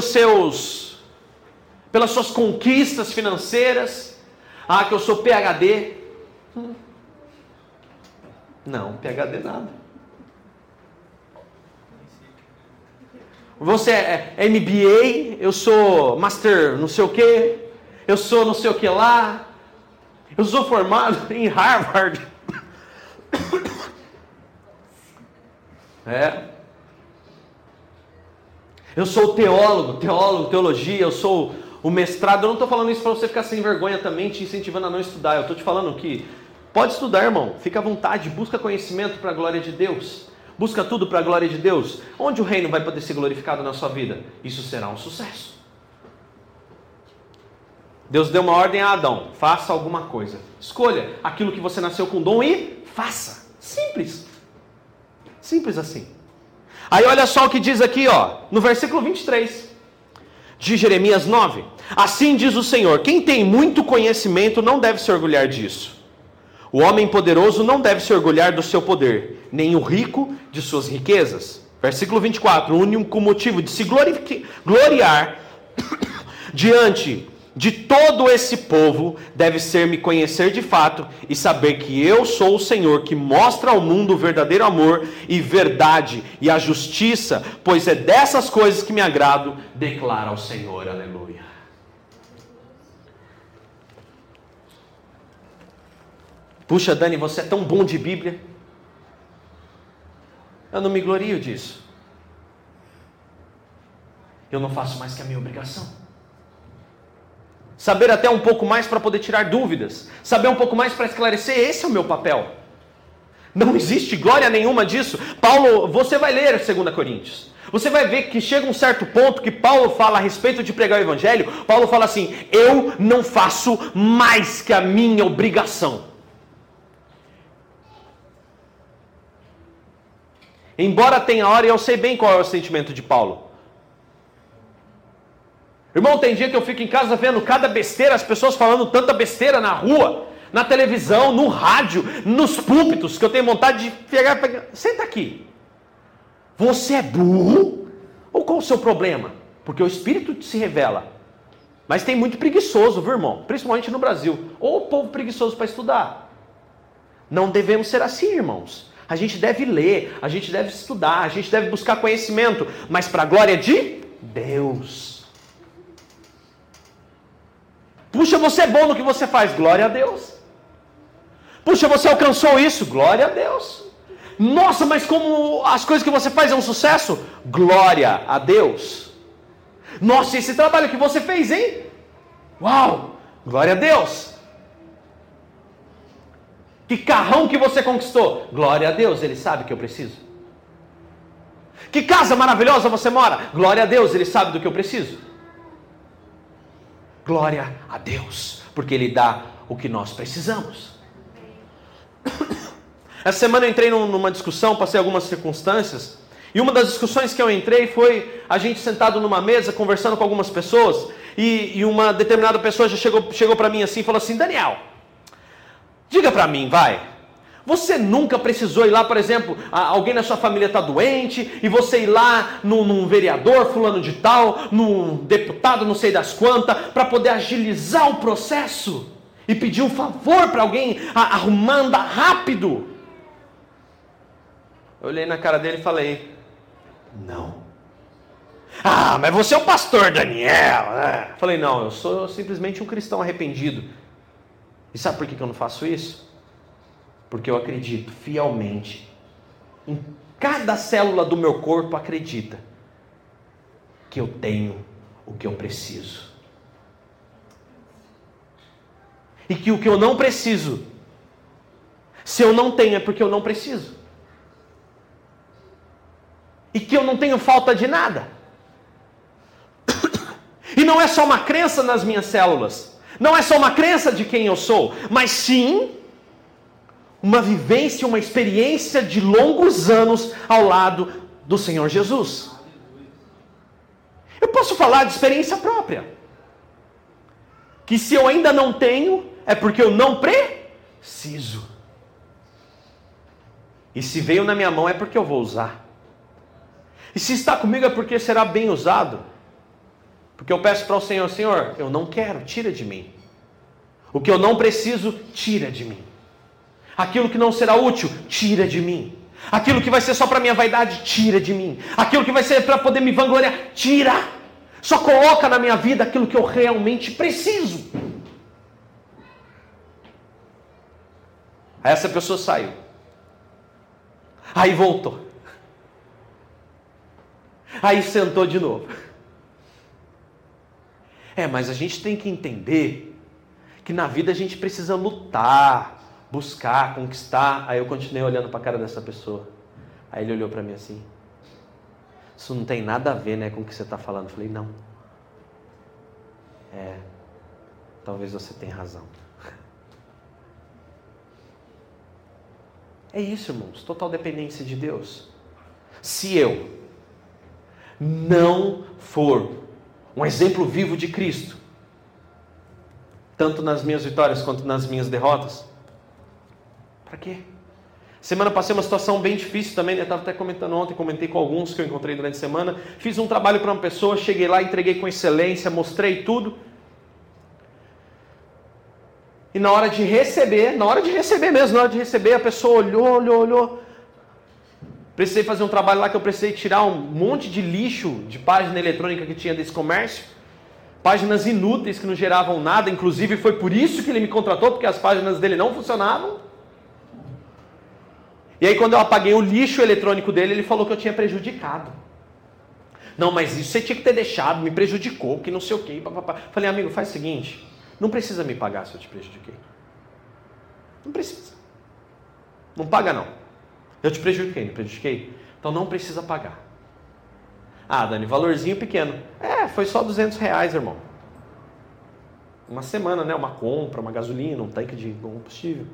suas conquistas financeiras. Ah, que eu sou PhD. Não, PhD nada. Você é MBA, eu sou Master não sei o que, eu sou não sei o que lá, eu sou formado em Harvard. Eu sou teologia, eu sou o mestrado. Eu não estou falando isso para você ficar sem vergonha também, te incentivando a não estudar. Eu estou te falando que pode estudar, irmão, fica à vontade, busca conhecimento para a glória de Deus. Busca tudo para a glória de Deus. Onde o reino vai poder ser glorificado na sua vida? Isso será um sucesso. Deus deu uma ordem a Adão: faça alguma coisa. Escolha aquilo que você nasceu com dom e faça. Simples. Simples assim. Aí olha só o que diz aqui, no versículo 23 de Jeremias 9. Assim diz o Senhor: quem tem muito conhecimento não deve se orgulhar disso. O homem poderoso não deve se orgulhar do seu poder, nem o rico de suas riquezas. Versículo 24. O único motivo de se gloriar diante de todo esse povo deve ser me conhecer de fato e saber que eu sou o Senhor, que mostra ao mundo o verdadeiro amor e verdade e a justiça, pois é dessas coisas que me agrado, declara o Senhor. Aleluia. Puxa, Dani, você é tão bom de Bíblia. Eu não me glorio disso. Eu não faço mais que a minha obrigação. Saber até um pouco mais para poder tirar dúvidas. Saber um pouco mais para esclarecer. Esse é o meu papel. Não existe glória nenhuma disso. Paulo, você vai ler 2 Coríntios. Você vai ver que chega um certo ponto que Paulo fala a respeito de pregar o Evangelho. Paulo fala assim: eu não faço mais que a minha obrigação. Embora tenha hora, e eu sei bem qual é o sentimento de Paulo. Irmão, tem dia que eu fico em casa vendo cada besteira, as pessoas falando tanta besteira na rua, na televisão, no rádio, nos púlpitos, que eu tenho vontade de pegar. Senta aqui. Você é burro? Ou qual o seu problema? Porque o Espírito se revela. Mas tem muito preguiçoso, viu, irmão? Principalmente no Brasil. Ou o povo preguiçoso para estudar. Não devemos ser assim, irmãos. A gente deve ler, a gente deve estudar, a gente deve buscar conhecimento, mas para a glória de Deus. Puxa, você é bom no que você faz, glória a Deus. Puxa, você alcançou isso, glória a Deus. Nossa, mas como as coisas que você faz é um sucesso, glória a Deus. Nossa, esse trabalho que você fez, hein? Uau, glória a Deus. Que carrão que você conquistou, glória a Deus, Ele sabe que eu preciso. Que casa maravilhosa você mora, glória a Deus, Ele sabe do que eu preciso. Glória a Deus, porque Ele dá o que nós precisamos. Essa semana eu entrei numa discussão, passei algumas circunstâncias, e uma das discussões que eu entrei foi a gente sentado numa mesa, conversando com algumas pessoas, e uma determinada pessoa já chegou para mim assim e falou assim: Daniel, diga para mim, vai. Você nunca precisou ir lá, por exemplo, alguém na sua família está doente, e você ir lá num vereador fulano de tal, num deputado não sei das quantas, para poder agilizar o processo, e pedir um favor para alguém arrumar, andar rápido? Eu olhei na cara dele e falei: não. Ah, mas você é o pastor Daniel, né? Falei: não, eu sou simplesmente um cristão arrependido. E sabe por que eu não faço isso? Porque eu acredito fielmente, em cada célula do meu corpo acredita, que eu tenho o que eu preciso. E que o que eu não preciso, se eu não tenho é porque eu não preciso. E que eu não tenho falta de nada. E não é só uma crença nas minhas células, não é só uma crença de quem eu sou, mas sim uma vivência, uma experiência de longos anos ao lado do Senhor Jesus. Eu posso falar de experiência própria, que se eu ainda não tenho, é porque eu não preciso. E se veio na minha mão, é porque eu vou usar. E se está comigo, é porque será bem usado. Porque eu peço para o Senhor: Senhor, eu não quero, tira de mim. O que eu não preciso, tira de mim. Aquilo que não será útil, tira de mim. Aquilo que vai ser só para minha vaidade, tira de mim. Aquilo que vai ser para poder me vangloriar, tira. Só coloca na minha vida aquilo que eu realmente preciso. Aí essa pessoa saiu. Aí voltou. Aí sentou de novo. Mas a gente tem que entender que na vida a gente precisa lutar, buscar, conquistar. Aí eu continuei olhando para a cara dessa pessoa. Aí ele olhou para mim assim: isso não tem nada a ver, né, com o que você está falando. Eu falei: não. Talvez você tenha razão. É isso, irmãos, total dependência de Deus. Se eu não for um exemplo vivo de Cristo, tanto nas minhas vitórias quanto nas minhas derrotas, para quê? Semana passei uma situação bem difícil também, né? Eu estava até comentando ontem, comentei com alguns que eu encontrei durante a semana. Fiz um trabalho para uma pessoa, cheguei lá, entreguei com excelência, mostrei tudo. E na hora de receber mesmo, a pessoa olhou. Precisei fazer um trabalho lá que eu precisei tirar um monte de lixo de página eletrônica que tinha desse comércio. Páginas inúteis que não geravam nada. Inclusive foi por isso que ele me contratou, porque as páginas dele não funcionavam. E aí quando eu apaguei o lixo eletrônico dele, ele falou que eu tinha prejudicado. Não, mas isso você tinha que ter deixado, me prejudicou, que não sei o quê. Falei, amigo, faz o seguinte, não precisa me pagar se eu te prejudiquei. Não precisa. Não paga não. Eu te prejudiquei, não prejudiquei? Então não precisa pagar. Ah, Dani, valorzinho pequeno. Foi só R$200, irmão. Uma semana, né? Uma compra, uma gasolina, um tanque de combustível.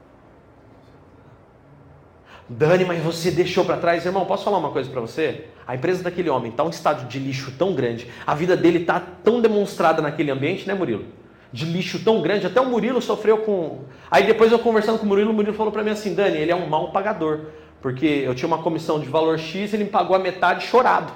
Dani, mas você deixou para trás? Irmão, posso falar uma coisa para você? A empresa daquele homem está em um estado de lixo tão grande, a vida dele está tão demonstrada naquele ambiente, né, Murilo? De lixo tão grande, até o Murilo sofreu com... Aí depois eu conversando com o Murilo falou para mim assim, Dani, ele é um mau pagador, porque eu tinha uma comissão de valor X, ele me pagou a metade chorado.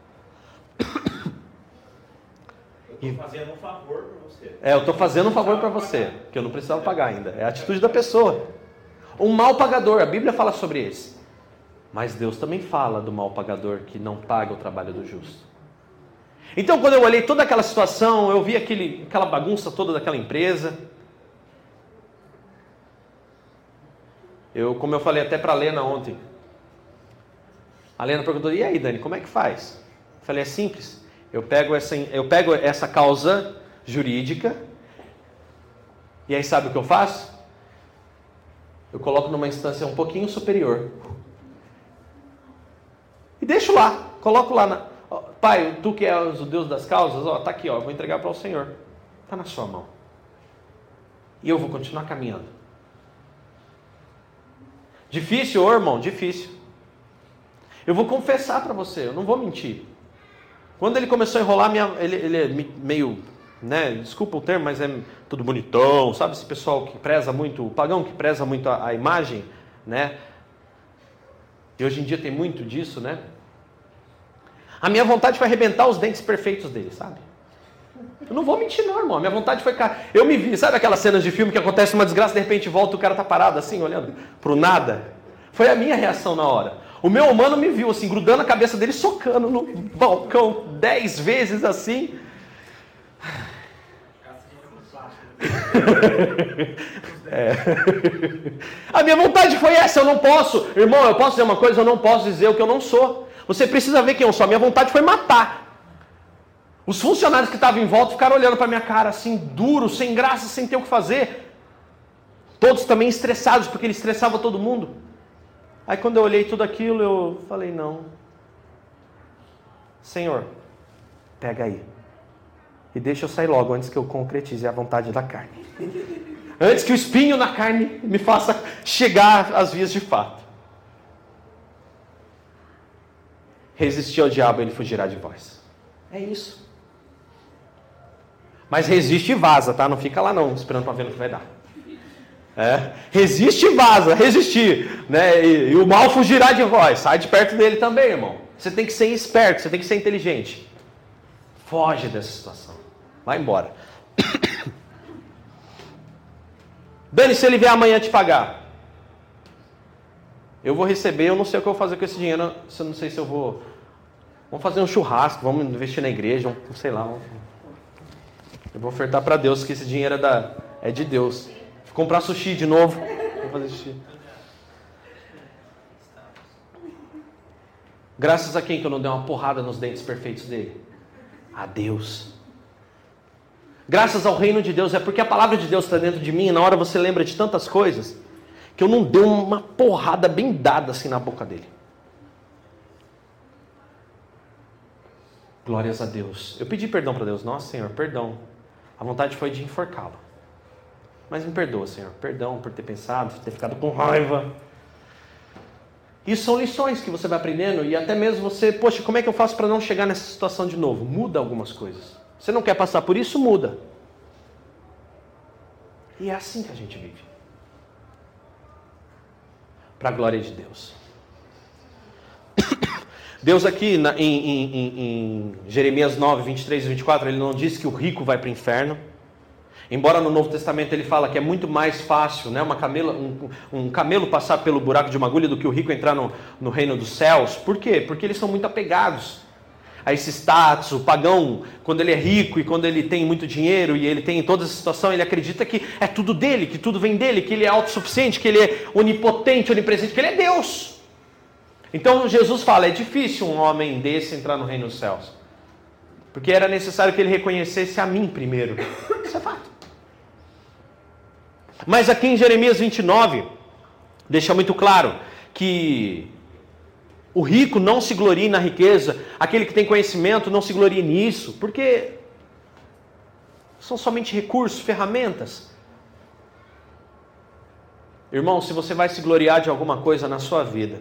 Eu estou fazendo um favor para você. Eu estou fazendo um favor para você, que eu não precisava pagar ainda. É a atitude da pessoa. Um mau pagador, a Bíblia fala sobre esse. Mas Deus também fala do mau pagador que não paga o trabalho do justo. Então quando eu olhei toda aquela situação, eu vi aquela bagunça toda daquela empresa. Como eu falei até para a Lena ontem. A Lena perguntou, e aí Dani, como é que faz? Eu falei, é simples. Eu pego essa causa jurídica. E aí sabe o que eu faço? Eu coloco numa instância um pouquinho superior. E deixo lá. Coloco lá. Pai, tu que és o Deus das causas, tá aqui, eu vou entregar para o Senhor. Está na sua mão. E eu vou continuar caminhando. Difícil, irmão? Difícil. Eu vou confessar para você, eu não vou mentir. Quando ele começou a enrolar, ele é meio... né? Desculpa o termo, mas é tudo bonitão, sabe esse pessoal que preza muito, o pagão que preza muito a imagem, né? E hoje em dia tem muito disso, né? A minha vontade foi arrebentar os dentes perfeitos dele, sabe? Eu não vou mentir não, irmão, a minha vontade foi... Eu me vi, sabe aquelas cenas de filme que acontece uma desgraça, de repente volta e o cara tá parado assim, olhando pro nada? Foi a minha reação na hora. O meu humano me viu assim, grudando a cabeça dele, socando no balcão 10 vezes assim... A minha vontade foi essa, eu não posso, irmão, eu posso dizer uma coisa, eu não posso dizer o que eu não sou. Você precisa ver quem eu sou. A minha vontade foi matar. Os funcionários que estavam em volta ficaram olhando para minha cara assim, duro, sem graça, sem ter o que fazer. Todos também estressados, porque ele estressava todo mundo. Aí quando eu olhei tudo aquilo, eu falei, não, Senhor, pega aí e deixa eu sair logo antes que eu concretize a vontade da carne. Antes que o espinho na carne me faça chegar às vias de fato. Resistir ao diabo, ele fugirá de vós. É isso. Mas resiste e vaza, tá? Não fica lá não, esperando para ver o que vai dar. Resiste e vaza, resistir, né? E o mal fugirá de vós. Sai de perto dele também, irmão. Você tem que ser esperto, você tem que ser inteligente. Foge dessa situação. Vai embora. Dani, se ele vier amanhã te pagar, eu vou receber, eu não sei o que eu vou fazer com esse dinheiro, eu não sei se eu vou... Vamos fazer um churrasco, vamos investir na igreja, sei lá. Eu vou ofertar para Deus que esse dinheiro é de Deus. Vou comprar sushi de novo. Vou fazer sushi. Graças a quem que eu não dei uma porrada nos dentes perfeitos dele? A Deus. Graças ao reino de Deus, é porque a palavra de Deus está dentro de mim e na hora você lembra de tantas coisas que eu não dei uma porrada bem dada assim na boca dele. Glórias a Deus. Eu pedi perdão para Deus. Nossa, Senhor, perdão. A vontade foi de enforcá-lo. Mas me perdoa, Senhor. Perdão por ter pensado, por ter ficado com raiva. Isso são lições que você vai aprendendo e até mesmo você, poxa, como é que eu faço para não chegar nessa situação de novo? Muda algumas coisas. Você não quer passar por isso? Muda. E é assim que a gente vive. Para a glória de Deus. Deus aqui em Jeremias 9, 23 e 24, ele não diz que o rico vai para o inferno. Embora no Novo Testamento ele fala que é muito mais fácil, né, um camelo passar pelo buraco de uma agulha do que o rico entrar no reino dos céus. Por quê? Porque eles são muito apegados a esse status. O pagão, quando ele é rico e quando ele tem muito dinheiro e ele tem toda essa situação, ele acredita que é tudo dele, que tudo vem dele, que ele é autossuficiente, que ele é onipotente, onipresente, que ele é Deus. Então Jesus fala, é difícil um homem desse entrar no reino dos céus. Porque era necessário que ele reconhecesse a mim primeiro. Isso é fato. Mas aqui em Jeremias 29, deixa muito claro que o rico não se glorie na riqueza, aquele que tem conhecimento não se glorie nisso, porque são somente recursos, ferramentas. Irmão, se você vai se gloriar de alguma coisa na sua vida,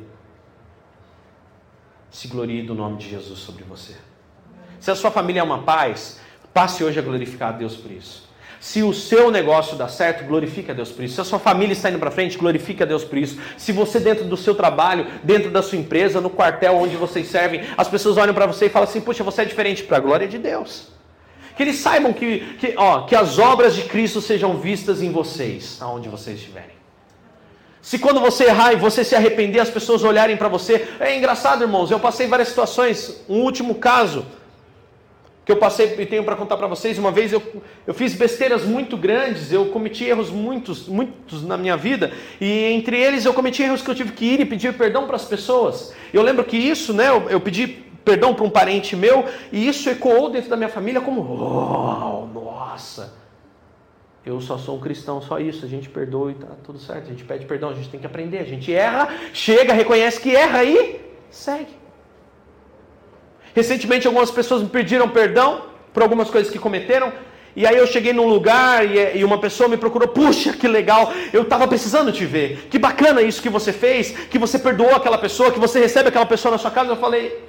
se glorie do nome de Jesus sobre você. Se a sua família é uma paz, passe hoje a glorificar a Deus por isso. Se o seu negócio dá certo, glorifique a Deus por isso. Se a sua família está indo para frente, glorifique a Deus por isso. Se você dentro do seu trabalho, dentro da sua empresa, no quartel onde vocês servem, as pessoas olham para você e falam assim, puxa, você é diferente, para a glória de Deus. Que eles saibam que as obras de Cristo sejam vistas em vocês, aonde vocês estiverem. Se quando você errar e você se arrepender, as pessoas olharem para você... É engraçado, irmãos, eu passei várias situações. Um último caso que eu passei e tenho para contar para vocês. Uma vez eu fiz besteiras muito grandes, eu cometi erros muitos na minha vida, e entre eles eu cometi erros que eu tive que ir e pedir perdão para as pessoas. Eu lembro que isso, né, eu pedi perdão para um parente meu, e isso ecoou dentro da minha família como, oh, nossa, eu só sou um cristão, só isso, a gente perdoa e tá tudo certo, a gente pede perdão, a gente tem que aprender, a gente erra, chega, reconhece que erra e segue. Recentemente algumas pessoas me pediram perdão por algumas coisas que cometeram, e aí eu cheguei num lugar e uma pessoa me procurou, puxa, que legal, eu estava precisando te ver, que bacana isso que você fez, que você perdoou aquela pessoa, que você recebe aquela pessoa na sua casa. Eu falei,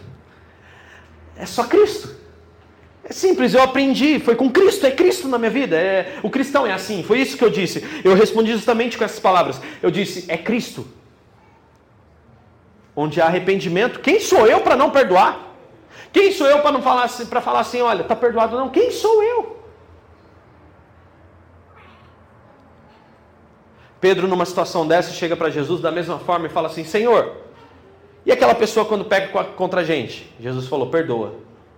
é só Cristo, é simples, eu aprendi, foi com Cristo, é Cristo na minha vida, o cristão é assim, foi isso que eu disse, eu respondi justamente com essas palavras, eu disse, é Cristo, onde há arrependimento, quem sou eu para não perdoar? Quem sou eu para falar assim, olha, está perdoado? Não, quem sou eu? Pedro, numa situação dessa, chega para Jesus da mesma forma e fala assim, Senhor, e aquela pessoa quando peca contra a gente? Jesus falou, perdoa.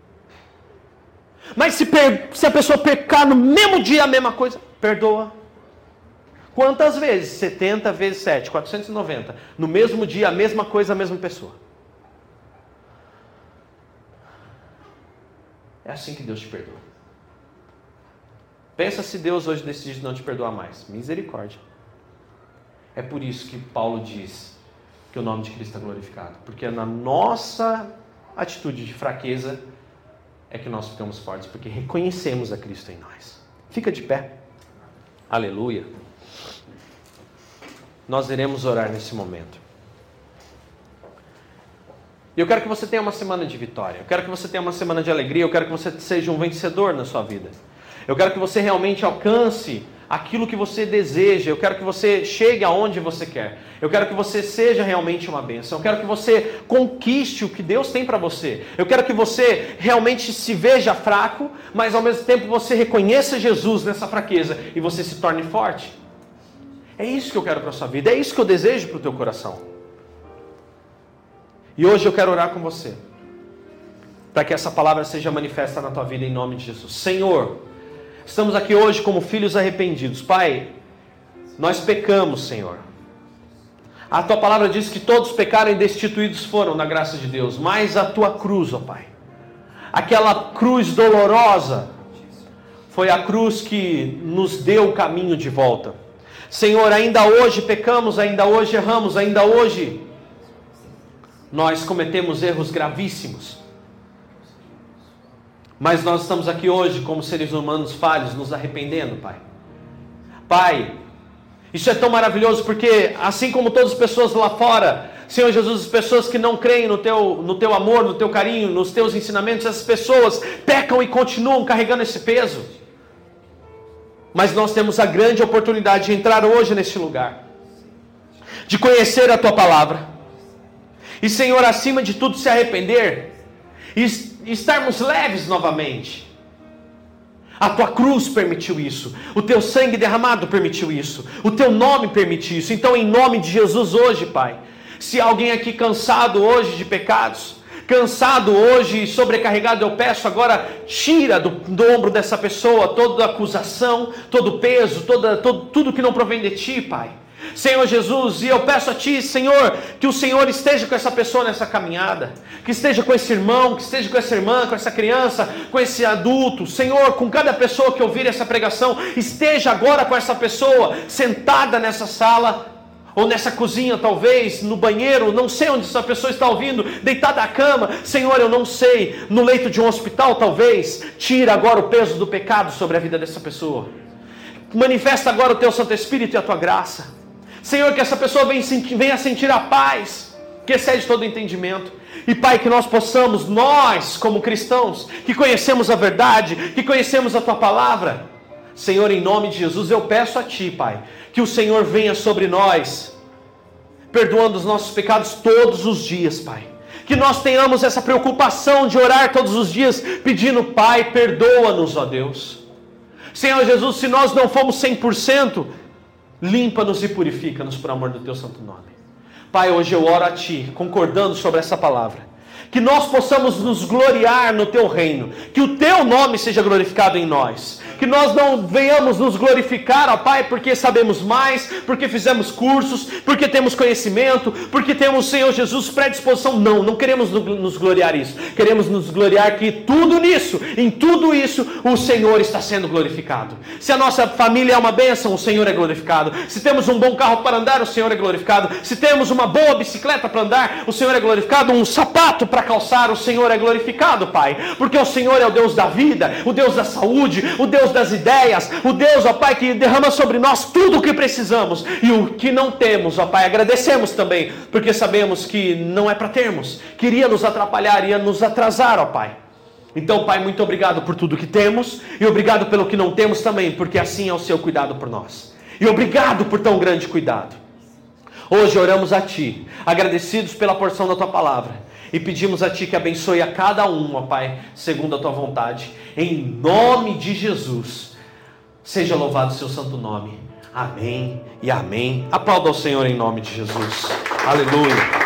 Mas se a pessoa pecar no mesmo dia a mesma coisa, perdoa. Quantas vezes? 70 vezes 7, 490. No mesmo dia, a mesma coisa, a mesma pessoa. É assim que Deus te perdoa. Pensa se Deus hoje decide não te perdoar mais. Misericórdia. É por isso que Paulo diz que o nome de Cristo é glorificado. Porque é na nossa atitude de fraqueza é que nós ficamos fortes. Porque reconhecemos a Cristo em nós. Fica de pé. Aleluia. Nós iremos orar nesse momento. E eu quero que você tenha uma semana de vitória. Eu quero que você tenha uma semana de alegria. Eu quero que você seja um vencedor na sua vida. Eu quero que você realmente alcance aquilo que você deseja. Eu quero que você chegue aonde você quer. Eu quero que você seja realmente uma bênção. Eu quero que você conquiste o que Deus tem para você. Eu quero que você realmente se veja fraco, mas ao mesmo tempo você reconheça Jesus nessa fraqueza e você se torne forte. É isso que eu quero para a sua vida. É isso que eu desejo para o teu coração. E hoje eu quero orar com você, para que essa palavra seja manifesta na tua vida em nome de Jesus. Senhor, estamos aqui hoje como filhos arrependidos. Pai, nós pecamos, Senhor. A tua palavra diz que todos pecaram e destituídos foram da graça de Deus. Mas a tua cruz, ó Pai, aquela cruz dolorosa, foi a cruz que nos deu o caminho de volta. Senhor, ainda hoje pecamos, ainda hoje erramos, ainda hoje nós cometemos erros gravíssimos. Mas nós estamos aqui hoje como seres humanos falhos, nos arrependendo, Pai. Pai, isso é tão maravilhoso porque assim como todas as pessoas lá fora, Senhor Jesus, as pessoas que não creem no teu amor, no teu carinho, nos teus ensinamentos, essas pessoas pecam e continuam carregando esse peso. Mas nós temos a grande oportunidade de entrar hoje neste lugar, de conhecer a tua palavra. E Senhor, acima de tudo se arrepender e estarmos leves novamente. A tua cruz permitiu isso. O teu sangue derramado permitiu isso. O teu nome permitiu isso. Então, em nome de Jesus hoje, Pai, se alguém aqui cansado hoje de pecados, cansado hoje e sobrecarregado, eu peço agora, tira do ombro dessa pessoa toda acusação, todo peso, tudo que não provém de Ti, Pai. Senhor Jesus, e eu peço a Ti, Senhor, que o Senhor esteja com essa pessoa nessa caminhada, que esteja com esse irmão, que esteja com essa irmã, com essa criança, com esse adulto, Senhor, com cada pessoa que ouvir essa pregação, esteja agora com essa pessoa, sentada nessa sala, ou nessa cozinha talvez, no banheiro, não sei onde essa pessoa está ouvindo, deitada na cama, Senhor, eu não sei, no leito de um hospital talvez, tira agora o peso do pecado sobre a vida dessa pessoa, manifesta agora o Teu Santo Espírito e a Tua graça, Senhor, que essa pessoa venha sentir a paz que excede todo entendimento. E Pai, que nós possamos, nós como cristãos, que conhecemos a verdade, que conhecemos a Tua palavra, Senhor, em nome de Jesus, eu peço a Ti, Pai, que o Senhor venha sobre nós, perdoando os nossos pecados todos os dias, Pai. Que nós tenhamos essa preocupação de orar todos os dias, pedindo, Pai, perdoa-nos, ó Deus. Senhor Jesus, se nós não fomos 100%, limpa-nos e purifica-nos por amor do Teu santo nome. Pai, hoje eu oro a Ti, concordando sobre essa palavra, que nós possamos nos gloriar no Teu reino, que o Teu nome seja glorificado em nós, que nós não venhamos nos glorificar, ó Pai, porque sabemos mais, porque fizemos cursos, porque temos conhecimento, porque temos, Senhor Jesus, predisposição. Não queremos nos gloriar isso, queremos nos gloriar que tudo nisso, em tudo isso, o Senhor está sendo glorificado. Se a nossa família é uma bênção, o Senhor é glorificado. Se temos um bom carro para andar, o Senhor é glorificado. Se temos uma boa bicicleta para andar, o Senhor é glorificado. Um sapato para calçar, o Senhor é glorificado, Pai, porque o Senhor é o Deus da vida, o Deus da saúde, o Deus das ideias, o Deus, ó Pai, que derrama sobre nós tudo o que precisamos, e o que não temos, ó Pai, agradecemos também, porque sabemos que não é para termos, que iria nos atrapalhar, iria nos atrasar, ó Pai. Então, Pai, muito obrigado por tudo que temos, e obrigado pelo que não temos também, porque assim é o Seu cuidado por nós, e obrigado por tão grande cuidado. Hoje oramos a Ti, agradecidos pela porção da Tua palavra, e pedimos a Ti que abençoe a cada um, ó Pai, segundo a Tua vontade. Em nome de Jesus. Seja louvado o Seu santo nome. Amém e amém. Aplauda ao Senhor em nome de Jesus. Aleluia.